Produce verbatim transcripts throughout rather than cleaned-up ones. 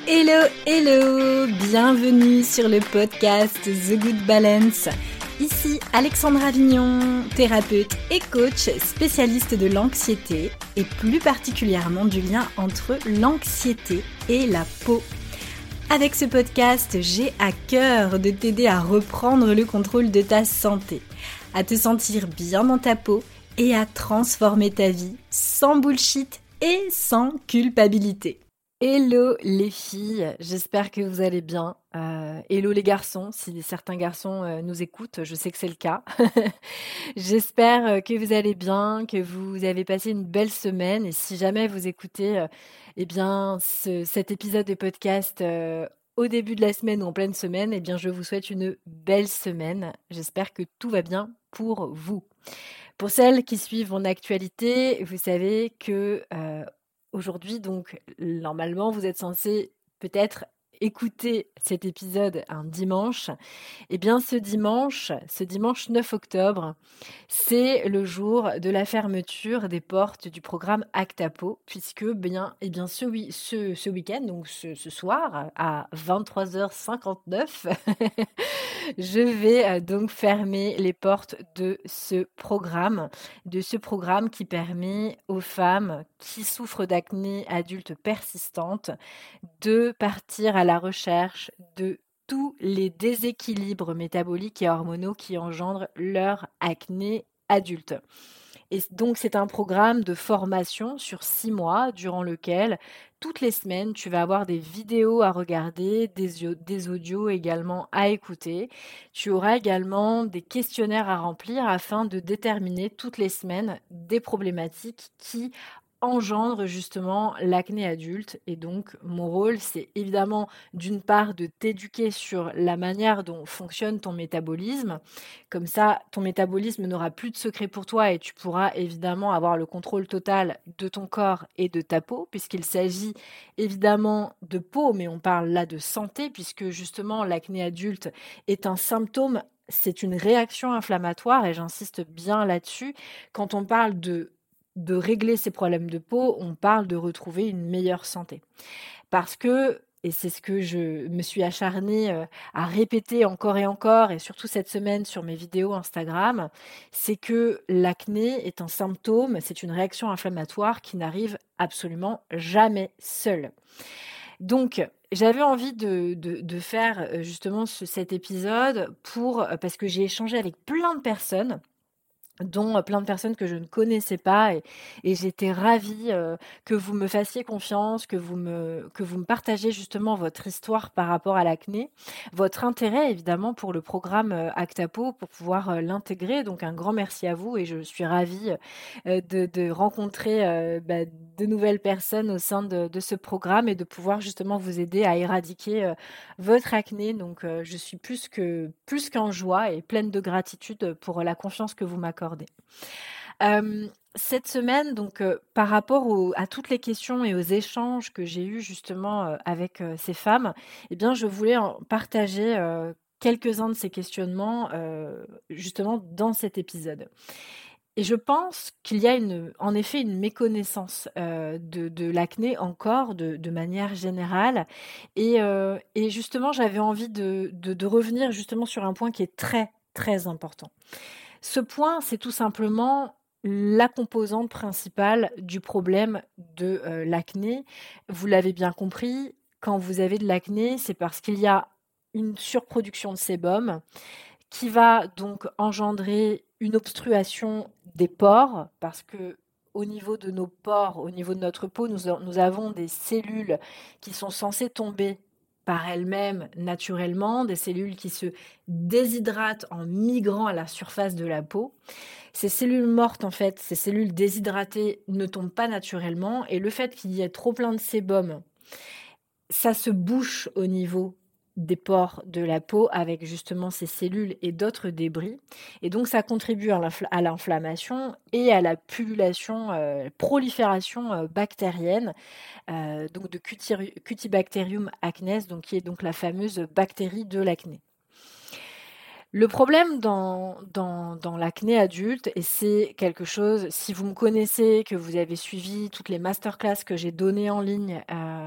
Hello, hello, bienvenue sur le podcast The Good Balance. Ici Alexandra Avignon, thérapeute et coach spécialiste de l'anxiété et plus particulièrement du lien entre l'anxiété et la peau. Avec ce podcast, j'ai à cœur de t'aider à reprendre le contrôle de ta santé, à te sentir bien dans ta peau et à transformer ta vie sans bullshit et sans culpabilité. Hello les filles, j'espère que vous allez bien. Euh, hello les garçons, si certains garçons euh, nous écoutent, je sais que c'est le cas. J'espère euh, que vous allez bien, que vous avez passé une belle semaine. Et si jamais vous écoutez euh, eh bien, ce- cet épisode de podcast euh, au début de la semaine ou en pleine semaine, eh bien, je vous souhaite une belle semaine. J'espère que tout va bien pour vous. Pour celles qui suivent mon actualité, vous savez que euh, aujourd'hui, donc normalement, vous êtes censés peut-être écouter cet épisode un dimanche. Eh bien, ce dimanche, ce dimanche neuf octobre, c'est le jour de la fermeture des portes du programme Actapo, puisque bien, eh bien ce, wi- ce, ce week-end, donc ce, ce soir, à vingt-trois heures cinquante-neuf, je vais euh, donc fermer les portes de ce programme, de ce programme qui permet aux femmes qui souffrent d'acné adulte persistante de partir à la recherche de tous les déséquilibres métaboliques et hormonaux qui engendrent leur acné adulte. Et donc, c'est un programme de formation sur six mois durant lequel, toutes les semaines, tu vas avoir des vidéos à regarder, des, au- des audios également à écouter. Tu auras également des questionnaires à remplir afin de déterminer toutes les semaines des problématiques qui engendrent justement l'acné adulte. Et donc, mon rôle, c'est évidemment d'une part de t'éduquer sur la manière dont fonctionne ton métabolisme. Comme ça, ton métabolisme n'aura plus de secret pour toi et tu pourras évidemment avoir le contrôle total de ton corps et de ta peau, puisqu'il s'agit évidemment de peau, mais on parle là de santé, puisque justement l'acné adulte est un symptôme, c'est une réaction inflammatoire, et j'insiste bien là-dessus. Quand on parle de, de régler ces problèmes de peau, on parle de retrouver une meilleure santé. Parce que, et c'est ce que je me suis acharnée euh, à répéter encore et encore, et surtout cette semaine sur mes vidéos Instagram, c'est que l'acné est un symptôme, c'est une réaction inflammatoire qui n'arrive absolument jamais seule. Donc, j'avais envie de, de- de faire euh, justement ce- cet épisode pour, euh, parce que j'ai échangé avec plein de personnes dont euh, plein de personnes que je ne connaissais pas et, et j'étais ravie euh, que vous me fassiez confiance, que vous me que vous me partagez justement votre histoire par rapport à l'acné, votre intérêt évidemment pour le programme euh, Actapo pour pouvoir euh, l'intégrer. Donc un grand merci à vous et je suis ravie euh, de, de rencontrer euh, bah, de nouvelles personnes au sein de, de ce programme et de pouvoir justement vous aider à éradiquer euh, votre acné. Donc euh, je suis plus que plus qu'en joie et pleine de gratitude pour la confiance que vous m'accordez. Hem, cette semaine, donc, heu, par rapport aux à toutes les questions et aux échanges que j'ai eus justement, heu, avec, heu, ces femmes, eh bien, je voulais en partager, heu, quelques-uns de ces questionnements, heu, justement dans cet épisode. Et je pense qu'il y a une en effet une méconnaissance, heu, de de l'acné encore de de manière générale et heu et justement j'avais envie de de de revenir justement sur un point qui est très, très important. Ce point, c'est tout simplement la composante principale du problème de, heu, l'acné. Vous l'avez bien compris, quand vous avez de l'acné, c'est parce qu'il y a une surproduction de sébum qui va donc engendrer une obstruation des pores parce que au niveau de nos pores, au niveau de notre peau, nous, a- nous avons des cellules qui sont censées tomber par elles-mêmes naturellement, des cellules qui se déshydratent en migrant à la surface de la peau. Ces cellules mortes, en fait, ces cellules déshydratées ne tombent pas naturellement et le fait qu'il y ait trop plein de sébum, ça se bouche au niveau des pores de la peau avec justement ces cellules et d'autres débris. Et donc ça contribue à l'infl- à l'inflammation et à la pullulation, euh, prolifération euh, bactérienne, euh, donc de Cutir- Cutibacterium acnes, donc qui est donc la fameuse bactérie de l'acné. Le problème dans, dans, dans l'acné adulte, et c'est quelque chose, si vous me connaissez, que vous avez suivi toutes les masterclass que j'ai données en ligne, euh,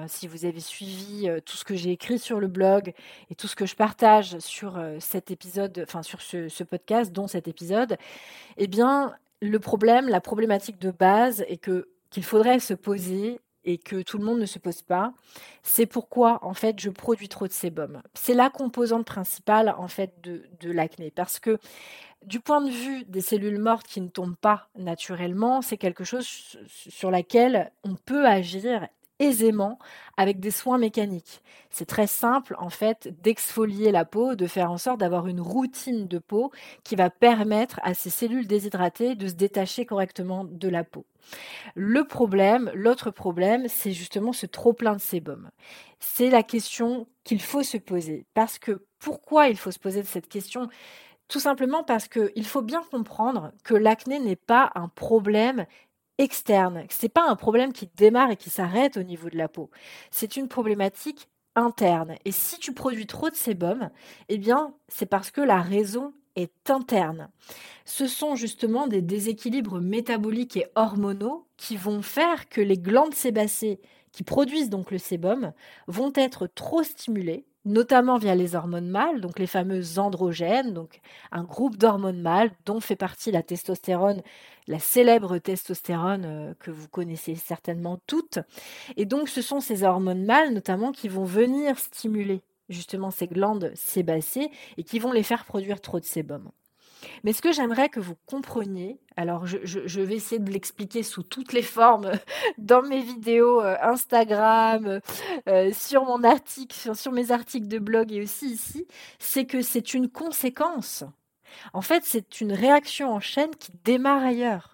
heu, si vous avez suivi, heu, tout ce que j'ai écrit sur le blog et tout ce que je partage sur, heu, cet épisode, enfin sur ce ce podcast, dont cet épisode, eh bien, le problème, la problématique de base et que qu'il faudrait se poser et que tout le monde ne se pose pas, c'est pourquoi, en fait, je produis trop de sébum. C'est la composante principale, en fait, de de l'acné parce que du point de vue des cellules mortes qui ne tombent pas naturellement, c'est quelque chose su sur laquelle on peut agir aisément avec des soins mécaniques. C'est très simple en fait d'exfolier la peau, de faire en sorte d'avoir une routine de peau qui va permettre à ces cellules déshydratées de se détacher correctement de la peau. Le problème, l'autre problème, c'est justement ce trop plein de sébum. C'est la question qu'il faut se poser parce que pourquoi il faut se poser cette question? Tout simplement parce qu'il faut bien comprendre que l'acné n'est pas un problème externe. C'est pas un problème qui démarre et qui s'arrête au niveau de la peau. C'est une problématique interne. Et si tu produis trop de sébum, eh bien, c'est parce que la raison est interne. Ce sont justement des déséquilibres métaboliques et hormonaux qui vont faire que les glandes sébacées qui produisent donc le sébum vont être trop stimulées, notamment via les hormones mâles, donc les fameuses androgènes, donc un groupe d'hormones mâles dont fait partie la testostérone, la célèbre testostérone euh, que vous connaissez certainement toutes. Et donc ce sont ces hormones mâles notamment qui vont venir stimuler justement ces glandes sébacées et qui vont les faire produire trop de sébum. Mais ce que j'aimerais que vous compreniez, alors je, je- je vais essayer de l'expliquer sous toutes les formes dans mes vidéos euh, Instagram, euh, sur mon article, sur, sur mes articles de blog et aussi ici, c'est que c'est une conséquence. En fait, c'est une réaction en chaîne qui démarre ailleurs.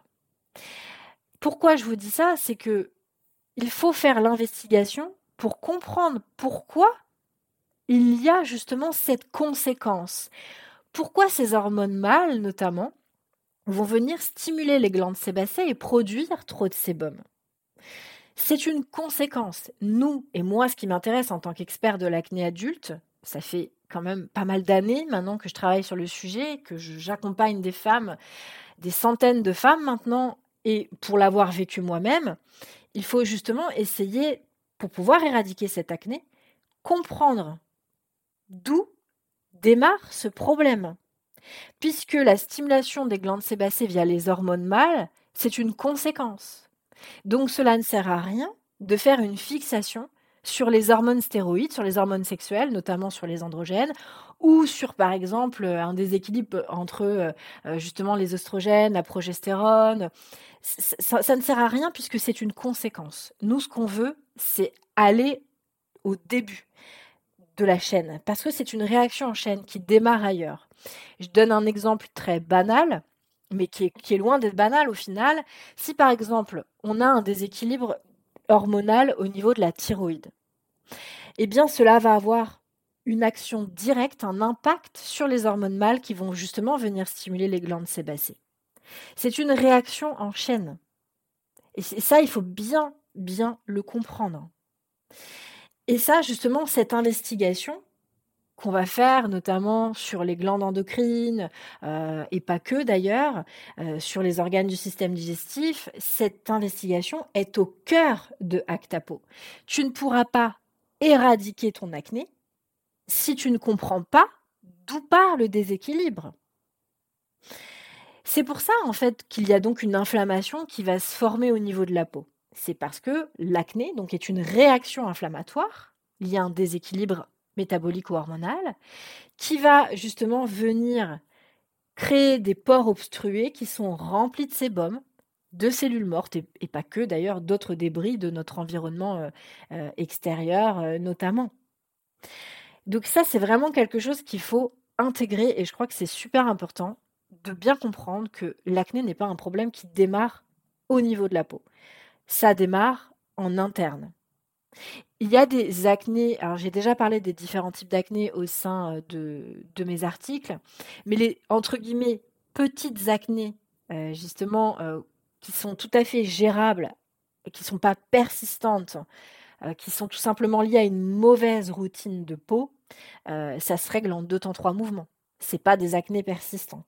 Pourquoi je vous dis ça? C'est que il faut faire l'investigation pour comprendre pourquoi il y a justement cette conséquence. Pourquoi ces hormones mâles, notamment, vont venir stimuler les glandes sébacées et produire trop de sébum. C'est une conséquence. Nous, et moi, ce qui m'intéresse en tant qu'expert de l'acné adulte, ça fait quand même pas mal d'années maintenant que je travaille sur le sujet, que je- j'accompagne des femmes, des centaines de femmes maintenant, et pour l'avoir vécu moi-même, il faut justement essayer, pour pouvoir éradiquer cette acné, comprendre d'où démarre ce problème. Puisque la stimulation des glandes sébacées via les hormones mâles, c'est une conséquence. Donc cela ne sert à rien de faire une fixation sur les hormones stéroïdes, sur les hormones sexuelles, notamment sur les androgènes, ou sur par exemple un déséquilibre entre euh, euh, justement les oestrogènes, la progestérone. C- Ça, ça ne sert à rien puisque c'est une conséquence. Nous, ce qu'on veut, c'est aller au début de la chaîne, parce que c'est une réaction en chaîne qui démarre ailleurs. Je donne un exemple très banal, mais qui est, qui est loin d'être banal au final. Si par exemple, on a un déséquilibre hormonal au niveau de la thyroïde, eh bien cela va avoir une action directe, un impact sur les hormones mâles qui vont justement venir stimuler les glandes sébacées. C'est une réaction en chaîne. Et ça, il faut bien, bien le comprendre. Et ça, justement, cette investigation, qu'on va faire notamment sur les glandes endocrines, heu et pas que d'ailleurs, heu, sur les organes du système digestif. Cette investigation est au cœur de Actapo. Tu ne pourras pas éradiquer ton acné si tu ne comprends pas d'où part le déséquilibre. C'est pour ça en fait qu'il y a donc une inflammation qui va se former au niveau de la peau. C'est parce que l'acné donc est une réaction inflammatoire liée à un déséquilibre métabolique ou hormonal qui va justement venir créer des pores obstrués qui sont remplis de sébum, de cellules mortes et, et pas que d'ailleurs, d'autres débris de notre environnement euh, euh, extérieur euh, notamment. Donc ça, c'est vraiment quelque chose qu'il faut intégrer et je crois que c'est super important de bien comprendre que l'acné n'est pas un problème qui démarre au niveau de la peau. Ça démarre en interne. Il y a des acnés, alors j'ai déjà parlé des différents types d'acné au sein, heu, de de mes articles, mais les entre guillemets «petites acnés», heu, justement, heu, qui sont tout à fait gérables et qui sont pas persistantes, heu, qui sont tout simplement liées à une mauvaise routine de peau, heu, ça se règle en deux temps trois mouvements. C'est pas des acnés persistantes.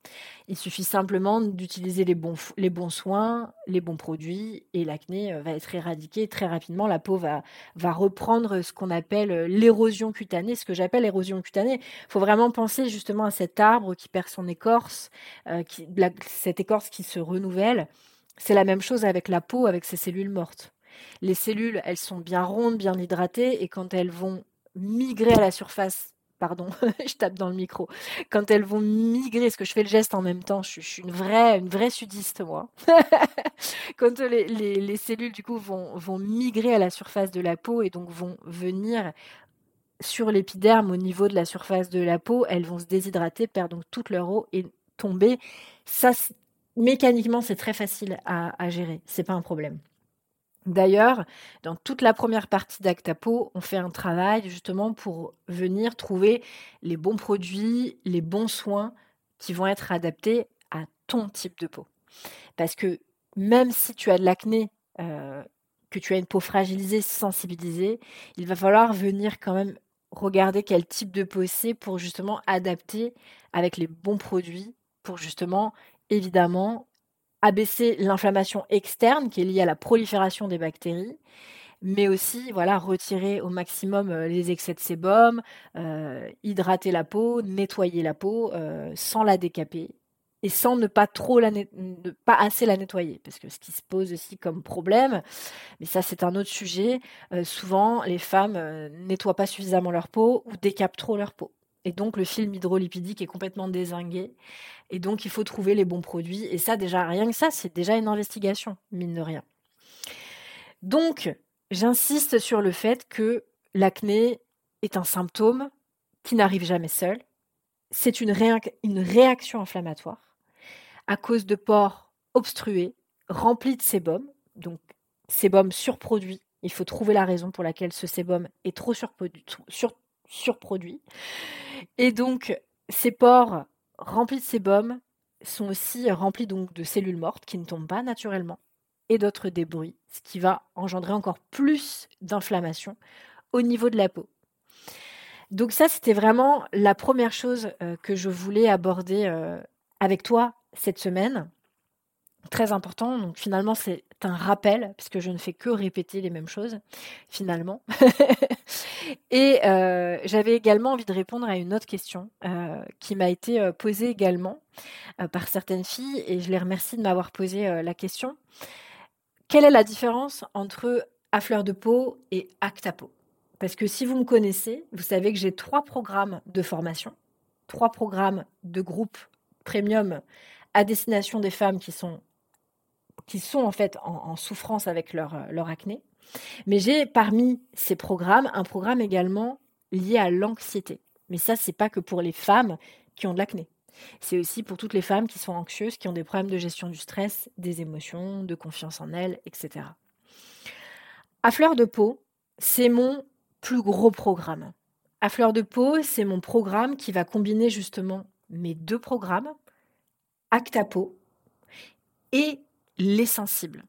Il suffit simplement d'utiliser les bons f les bons soins, les bons produits et l'acné, heu, va être éradiqué très rapidement. La peau va va reprendre ce qu'on appelle, heu, l'érosion cutanée. Ce que j'appelle l'érosion cutanée, il faut vraiment penser justement à cet arbre qui perd son écorce, heu, qui la cette écorce qui se renouvelle. C'est la même chose avec la peau, avec ses cellules mortes. Les cellules, elles sont bien rondes, bien hydratées et quand elles vont migrer à la surface pardon, je tape dans le micro. Quand elles vont migrer, parce que je fais le geste en même temps, je suis je suis une vraie une vraie sudiste moi. Quand, heu, les les les cellules du coup vont vont migrer à la surface de la peau et donc vont venir sur l'épiderme au niveau de la surface de la peau, elles vont se déshydrater, perdre donc toute leur eau et tomber. Ça c mécaniquement, c'est très facile à à gérer, c'est pas un problème. D'ailleurs, dans toute la première partie d'Actapeau, on fait un travail justement pour venir trouver les bons produits, les bons soins qui vont être adaptés à ton type de peau. Parce que même si tu as de l'acné, heu, que tu as une peau fragilisée, sensibilisée, il va falloir venir quand même regarder quel type de peau c'est pour justement adapter avec les bons produits, pour justement, évidemment, abaisser l'inflammation externe qui est liée à la prolifération des bactéries, mais aussi, voilà, retirer au maximum, heu, les excès de sébum, heu, hydrater la peau, nettoyer la peau, heu, sans la décaper et sans ne pas trop la net ne pas assez la nettoyer. Parce que ce qui se pose aussi comme problème, mais ça c'est un autre sujet, heu, souvent les femmes, heu, nettoient pas suffisamment leur peau ou décapent trop leur peau et donc le film hydrolipidique est complètement dézingué et donc il faut trouver les bons produits et ça déjà, rien que ça, c'est déjà une investigation, mine de rien. Donc, j'insiste sur le fait que l'acné est un symptôme qui n'arrive jamais seul. C'est une réinc une réaction inflammatoire à cause de pores obstrués, remplis de sébum, donc sébum surproduit. Il faut trouver la raison pour laquelle ce sébum est trop surprodu sur surproduit et donc ces pores remplis de sébum sont aussi remplis donc de cellules mortes qui ne tombent pas naturellement et d'autres débris, ce qui va engendrer encore plus d'inflammation au niveau de la peau. Donc ça, c'était vraiment la première chose, heu, que je voulais aborder, heu, avec toi cette semaine. Très important, donc finalement, c'est un rappel puisque je ne fais que répéter les mêmes choses, finalement. Et heu, j'avais également envie de répondre à une autre question, heu, qui m'a été, heu, posée également, heu, par certaines filles et je les remercie de m'avoir posé, heu, la question. Quelle est la différence entre À fleur de peau et Actapeau? Parce que si vous me connaissez, vous savez que j'ai trois programmes de formation, trois programmes de groupe premium à destination des femmes qui sont qui sont en fait en en souffrance avec leur, heu, leur acné. Mais j'ai parmi ces programmes, un programme également lié à l'anxiété. Mais ça, c'est pas que pour les femmes qui ont de l'acné. C'est aussi pour toutes les femmes qui sont anxieuses, qui ont des problèmes de gestion du stress, des émotions, de confiance en elles, et cetera. À fleur de peau, c'est mon plus gros programme. À fleur de peau, c'est mon programme qui va combiner justement mes deux programmes, Actapeau et les sensibles.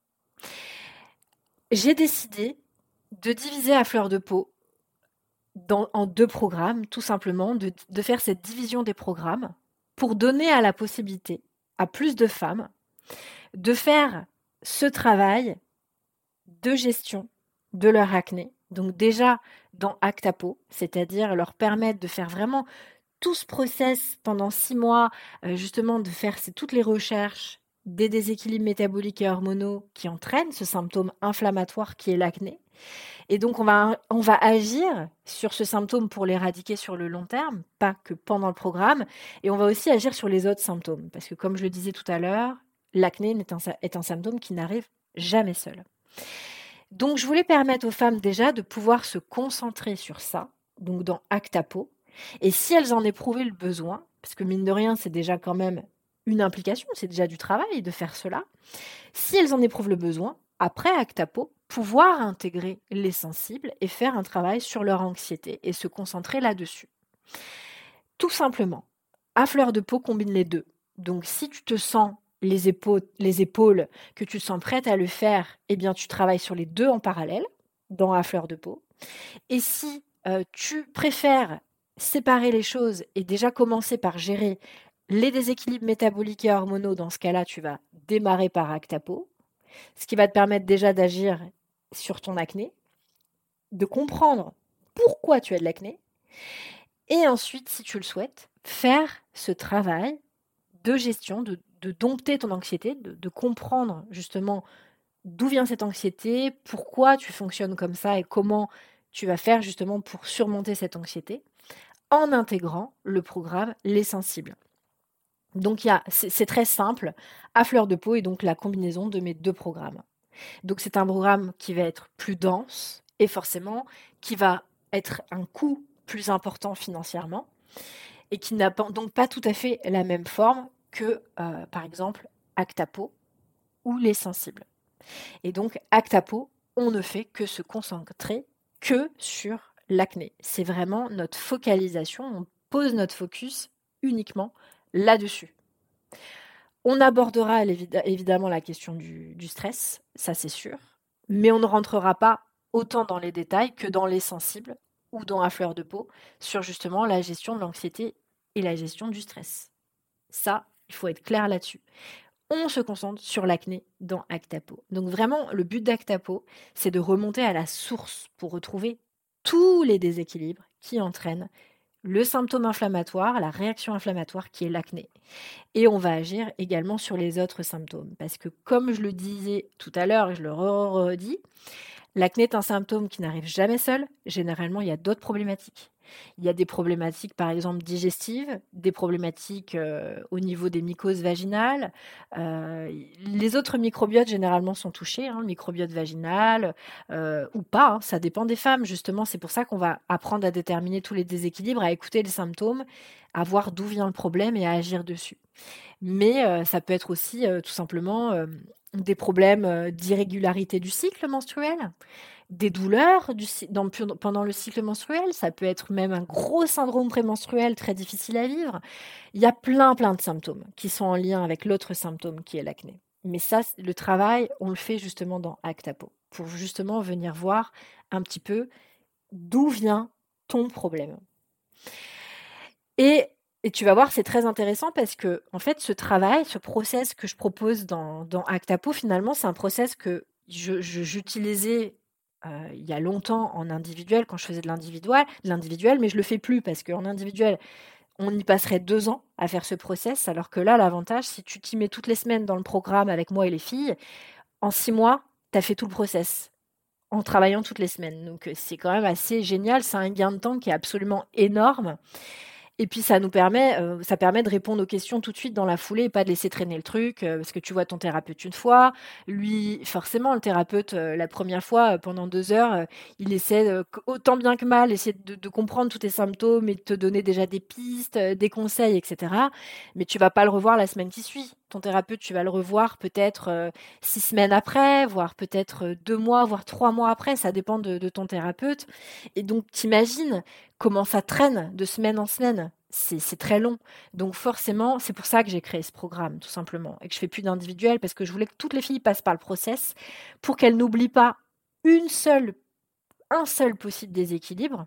J'ai décidé de diviser À fleur de peau dans en deux programmes, tout simplement, de de faire cette division des programmes pour donner à la possibilité à plus de femmes de faire ce travail de gestion de leur acné. Donc déjà dans Actapeau, c'est-à-dire leur permettre de faire vraiment tout ce process pendant six mois, heu, justement de faire c'est toutes les recherches des déséquilibres métaboliques et hormonaux qui entraînent ce symptôme inflammatoire qui est l'acné. Et donc on va on va agir sur ce symptôme pour l'éradiquer sur le long terme, pas que pendant le programme et on va aussi agir sur les autres symptômes parce que comme je le disais tout à l'heure, l'acné est un est un symptôme qui n'arrive jamais seul. Donc je voulais permettre aux femmes déjà de pouvoir se concentrer sur ça, donc dans Actapeau et si elles en éprouvaient le besoin, parce que mine de rien, c'est déjà quand même une implication, c'est déjà du travail de faire cela. Si elles en éprouvent le besoin, après Actapeau, pouvoir intégrer les sensibles et faire un travail sur leur anxiété et se concentrer là-dessus. Tout simplement, À fleur de peau combine les deux. Donc si tu te sens les épaules, les épaules, que tu te sens prête à le faire, eh bien tu travailles sur les deux en parallèle dans À fleur de peau. Et si euh, tu préfères séparer les choses et déjà commencer par gérer Les déséquilibres métaboliques et hormonaux, dans ce cas-là, tu vas démarrer par Actapo, ce qui va te permettre déjà d'agir sur ton acné, de comprendre pourquoi tu as de l'acné, et ensuite, si tu le souhaites, faire ce travail de gestion, de, de dompter ton anxiété, de, de comprendre justement d'où vient cette anxiété, pourquoi tu fonctionnes comme ça et comment tu vas faire justement pour surmonter cette anxiété en intégrant le programme Les Sensibles. Donc il y a, c'est, c'est très simple, à fleur de peau et donc la combinaison de mes deux programmes. Donc c'est un programme qui va être plus dense et forcément qui va être un coût plus important financièrement et qui n'a pas- donc pas tout à fait la même forme que euh, par exemple Actapo ou Les Sensibles. Et donc Actapo, on ne fait que se concentrer que sur l'acné. C'est vraiment notre focalisation, on pose notre focus uniquement là-dessus. On abordera évidemment la question du, du stress, ça c'est sûr, mais on ne rentrera pas autant dans les détails que dans les sensibles ou dans la fleur de peau sur justement la gestion de l'anxiété et la gestion du stress. Ça, il faut être clair là-dessus. On se concentre sur l'acné dans Actapo. Donc vraiment, le but d'Actapo, c'est de remonter à la source pour retrouver tous les déséquilibres qui entraînent le symptôme inflammatoire, la réaction inflammatoire qui est l'acné. Et on va agir également sur les autres symptômes. Parce que comme je le disais tout à l'heure, et je le redis, l'acné est un symptôme qui n'arrive jamais seul. Généralement, il y a d'autres problématiques. Il y a des problématiques, par exemple, digestives, des problématiques euh, au niveau des mycoses vaginales. Euh, les autres microbiotes, généralement, sont touchés, hein, le microbiote vaginal euh, ou pas. Hein, ça dépend des femmes, justement. C'est pour ça qu'on va apprendre à déterminer tous les déséquilibres, à écouter les symptômes, à voir d'où vient le problème et à agir dessus. Mais euh, ça peut être aussi, euh, tout simplement, euh, des problèmes euh, d'irrégularité du cycle menstruel, des douleurs du, dans, pendant le cycle menstruel. Ça peut être même un gros syndrome prémenstruel très difficile à vivre. Il y a plein, plein de symptômes qui sont en lien avec l'autre symptôme qui est l'acné. Mais ça, le travail, on le fait justement dans Actapo pour justement venir voir un petit peu d'où vient ton problème. Et Et tu vas voir, c'est très intéressant parce que, en fait, ce travail, ce process que je propose dans, dans Actapo, finalement, c'est un process que je, je, j'utilisais euh, il y a longtemps en individuel, quand je faisais de l'individuel, de l'individuel, mais je le fais plus parce qu'en individuel, on y passerait deux ans à faire ce process, alors que là, l'avantage, si tu t'y mets toutes les semaines dans le programme avec moi et les filles, en six mois, tu as fait tout le process en travaillant toutes les semaines. Donc, c'est quand même assez génial. C'est un gain de temps qui est absolument énorme. Et puis ça nous permet, euh, ça permet de répondre aux questions tout de suite dans la foulée et pas de laisser traîner le truc, euh, parce que tu vois ton thérapeute une fois, lui, forcément, le thérapeute, euh, la première fois, euh, pendant deux heures, euh, il essaie euh, autant bien que mal, essayer de, de comprendre tous tes symptômes et de te donner déjà des pistes, euh, des conseils, et cetera. Mais tu vas pas le revoir la semaine qui suit. Ton thérapeute, tu vas le revoir peut-être euh, six semaines après, voire peut-être euh, deux mois, voire trois mois après, ça dépend de, de ton thérapeute. Et donc, t'imagines comment ça traîne de semaine en semaine. C'est, c'est très long. Donc forcément, c'est pour ça que j'ai créé ce programme, tout simplement. Et que je fais plus d'individuel, parce que je voulais que toutes les filles passent par le process pour qu'elles n'oublient pas une seule, un seul possible déséquilibre.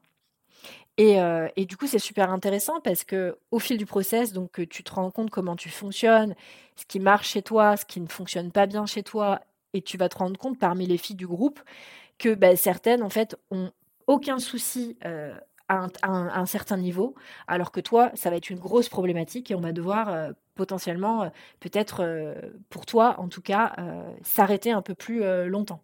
Et, euh, et du coup, c'est super intéressant parce que au fil du process, donc euh, tu te rends compte comment tu fonctionnes, ce qui marche chez toi, ce qui ne fonctionne pas bien chez toi, et tu vas te rendre compte parmi les filles du groupe que bah, certaines, en fait, ont aucun souci euh, à, un, à, un, à un certain niveau, alors que toi, ça va être une grosse problématique et on va devoir euh, potentiellement, euh, peut-être euh, pour toi, en tout cas, euh, s'arrêter un peu plus euh, longtemps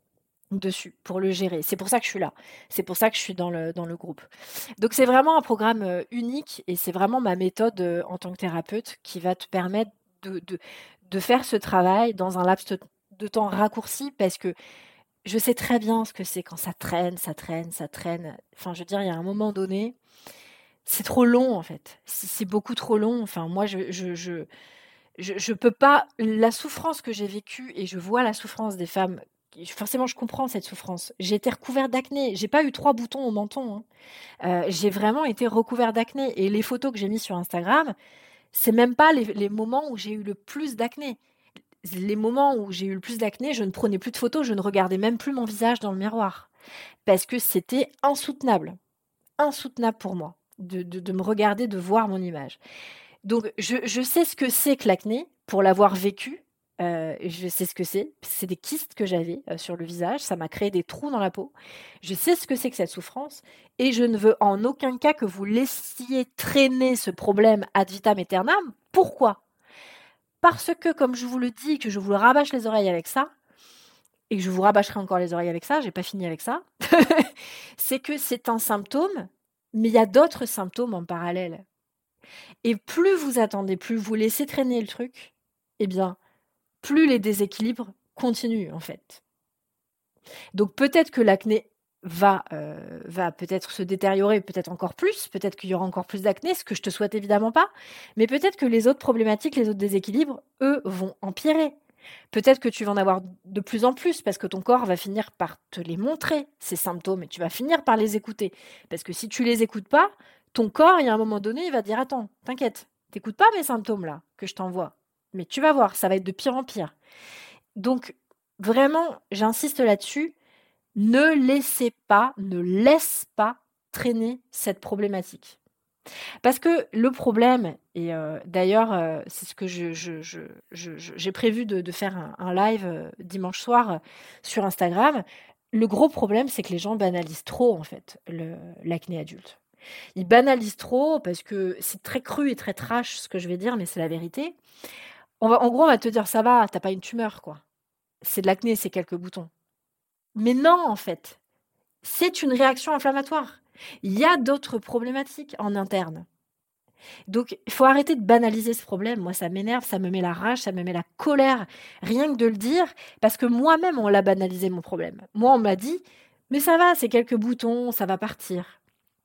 dessus pour le gérer. C'est pour ça que je suis là. C'est pour ça que je suis dans le, dans le groupe. Donc c'est vraiment un programme euh, unique et c'est vraiment ma méthode euh, en tant que thérapeute qui va te permettre de, de, de faire ce travail dans un laps de, de temps raccourci parce que je sais très bien ce que c'est quand ça traîne, ça traîne, ça traîne. Enfin, je veux dire, il y a un moment donné, c'est trop long en fait. C'est, c'est beaucoup trop long. Enfin, moi, je, je, je, je, je peux pas. La souffrance que j'ai vécue et je vois la souffrance des femmes. Forcément, je comprends cette souffrance. J'ai été recouverte d'acné. J'ai pas eu trois boutons au menton. Hein. Euh, j'ai vraiment été recouverte d'acné. Et les photos que j'ai mises sur Instagram, c'est même pas les, les moments où j'ai eu le plus d'acné. Les moments où j'ai eu le plus d'acné, je ne prenais plus de photos, je ne regardais même plus mon visage dans le miroir. Parce que c'était insoutenable. Insoutenable pour moi de, de, de me regarder, de voir mon image. Donc, je, je sais ce que c'est que l'acné pour l'avoir vécu. Euh, je sais ce que c'est. C'est des kystes que j'avais euh, sur le visage. Ça m'a créé des trous dans la peau. Je sais ce que c'est que cette souffrance. Et je ne veux en aucun cas que vous laissiez traîner ce problème ad vitam aeternam. Pourquoi? Parce que, comme je vous le dis, que je vous rabâche les oreilles avec ça, et que je vous rabâcherai encore les oreilles avec ça, j'ai pas fini avec ça, c'est que c'est un symptôme, mais il y a d'autres symptômes en parallèle. Et plus vous attendez, plus vous laissez traîner le truc, eh bien, plus les déséquilibres continuent, en fait. Donc peut-être que l'acné va, euh, va peut-être se détériorer, peut-être encore plus, peut-être qu'il y aura encore plus d'acné, ce que je te souhaite évidemment pas, mais peut-être que les autres problématiques, les autres déséquilibres, eux, vont empirer. Peut-être que tu vas en avoir de plus en plus parce que ton corps va finir par te les montrer, ces symptômes, et tu vas finir par les écouter. Parce que si tu les écoutes pas, ton corps, il y a un moment donné, il va dire: attends, t'inquiète, t'écoutes pas mes symptômes là que je t'envoie. Mais tu vas voir, ça va être de pire en pire. Donc, vraiment, j'insiste là-dessus, ne laissez pas, ne laisse pas traîner cette problématique. Parce que le problème, et euh, d'ailleurs, euh, c'est ce que je, je, je, je, je- j'ai prévu de, de faire un, un live euh, dimanche soir euh, sur Instagram. Le gros problème, c'est que les gens banalisent trop, en fait, le- l'acné adulte. Ils banalisent trop parce que c'est très cru et très trash ce que je vais dire, mais c'est la vérité. On va, en gros, on va te dire: ça va, t'as pas une tumeur, quoi. C'est de l'acné, c'est quelques boutons. Mais non, en fait, c'est une réaction inflammatoire. Il y a d'autres problématiques en interne. Donc, il faut arrêter de banaliser ce problème. Moi, ça m'énerve, ça me met la rage, ça me met la colère, rien que de le dire, parce que moi-même, on l'a banalisé, mon problème. Moi, on m'a dit: mais ça va, c'est quelques boutons, ça va partir.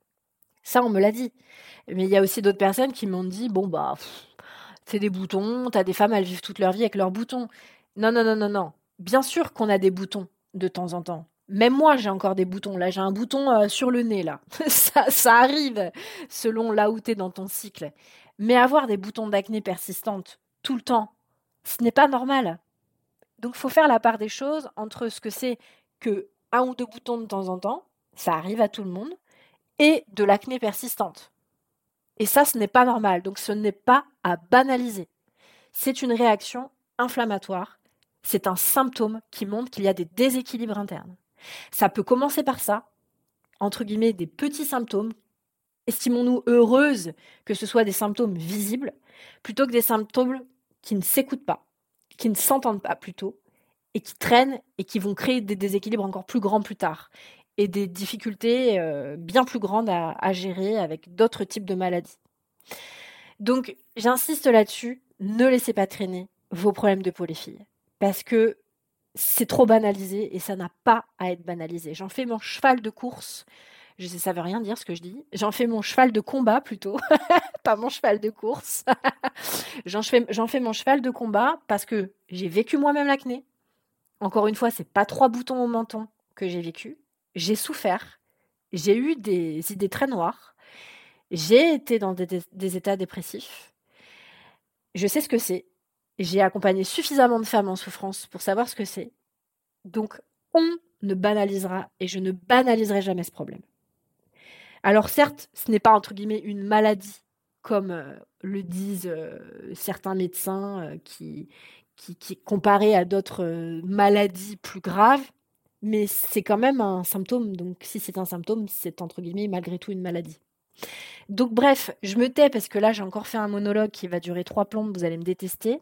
Ça, on me l'a dit. Mais il y a aussi d'autres personnes qui m'ont dit: bon, bah, pff, c'est des boutons, t'as des femmes, elles vivent toute leur vie avec leurs boutons. Non, non, non, non, non. Bien sûr qu'on a des boutons de temps en temps. Même moi, j'ai encore des boutons. Là, j'ai un bouton euh, sur le nez, là. ça, ça arrive selon là où t'es dans ton cycle. Mais avoir des boutons d'acné persistantes tout le temps, ce n'est pas normal. Donc, il faut faire la part des choses entre ce que c'est que un ou deux boutons de temps en temps, ça arrive à tout le monde, et de l'acné persistante. Et ça, ce n'est pas normal. Donc, ce n'est pas à banaliser. C'est une réaction inflammatoire. C'est un symptôme qui montre qu'il y a des déséquilibres internes. Ça peut commencer par ça, entre guillemets, des petits symptômes. Estimons-nous heureuses que ce soit des symptômes visibles, plutôt que des symptômes qui ne s'écoutent pas, qui ne s'entendent pas plutôt, et qui traînent et qui vont créer des déséquilibres encore plus grands plus tard, et des difficultés euh, bien plus grandes à, à gérer avec d'autres types de maladies. Donc, j'insiste là-dessus, ne laissez pas traîner vos problèmes de peau, les filles, parce que c'est trop banalisé et ça n'a pas à être banalisé. J'en fais mon cheval de course. Je sais, ça veut rien dire ce que je dis. J'en fais mon cheval de combat plutôt, pas mon cheval de course. j'en, fais, j'en fais mon cheval de combat parce que j'ai vécu moi-même l'acné. Encore une fois, c'est pas trois boutons au menton que j'ai vécu. J'ai souffert. J'ai eu des idées très noires. J'ai été dans des, des, des états dépressifs. Je sais ce que c'est. J'ai accompagné suffisamment de femmes en souffrance pour savoir ce que c'est. Donc, on ne banalisera et je ne banaliserai jamais ce problème. Alors certes, ce n'est pas entre guillemets une maladie, comme euh, le disent euh, certains médecins euh, qui, qui, qui comparé à d'autres euh, maladies plus graves, mais c'est quand même un symptôme. Donc si c'est un symptôme, c'est entre guillemets malgré tout une maladie. Donc bref, je me tais parce que là j'ai encore fait un monologue qui va durer trois plombes, vous allez me détester.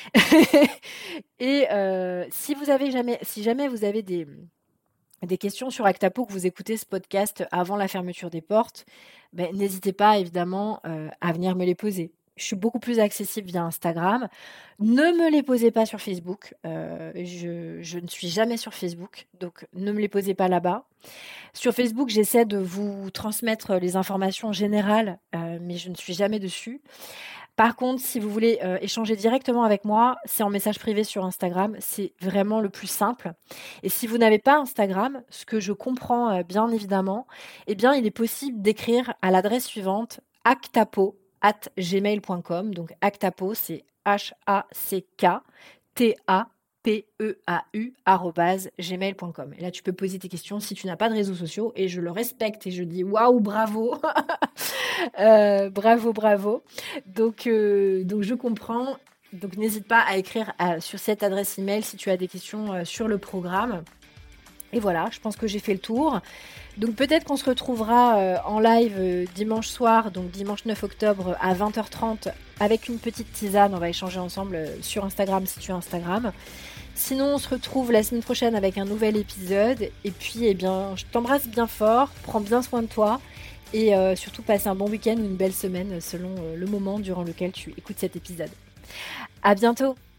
Et euh, si vous avez jamais, si jamais vous avez des, des questions sur Actapo, que vous écoutez ce podcast avant la fermeture des portes, ben, n'hésitez pas évidemment euh, à venir me les poser. Je suis beaucoup plus accessible via Instagram. Ne me les posez pas sur Facebook. Euh, je, je ne suis jamais sur Facebook, donc ne me les posez pas là-bas. Sur Facebook, j'essaie de vous transmettre les informations générales, euh, mais je ne suis jamais dessus. Par contre, si vous voulez euh, échanger directement avec moi, c'est en message privé sur Instagram. C'est vraiment le plus simple. Et si vous n'avez pas Instagram, ce que je comprends euh, bien évidemment, eh bien, il est possible d'écrire à l'adresse suivante actapo arobase gmail point com. Donc, actapo, c'est H A C K T A P E A U arobase gmail point com. Et là, tu peux poser tes questions si tu n'as pas de réseaux sociaux et je le respecte et je dis waouh, bravo, euh, bravo, bravo. Donc, euh, donc, je comprends. Donc, n'hésite pas à écrire à, sur cette adresse email si tu as des questions euh, sur le programme. Et voilà, je pense que j'ai fait le tour. Donc peut-être qu'on se retrouvera euh, en live euh, dimanche soir, donc dimanche neuf octobre à vingt heures trente avec une petite tisane. On va échanger ensemble euh, sur Instagram si tu as Instagram. Sinon, on se retrouve la semaine prochaine avec un nouvel épisode. Et puis, eh bien, je t'embrasse bien fort, prends bien soin de toi et euh, surtout passe un bon week-end ou une belle semaine selon euh, le moment durant lequel tu écoutes cet épisode. À bientôt!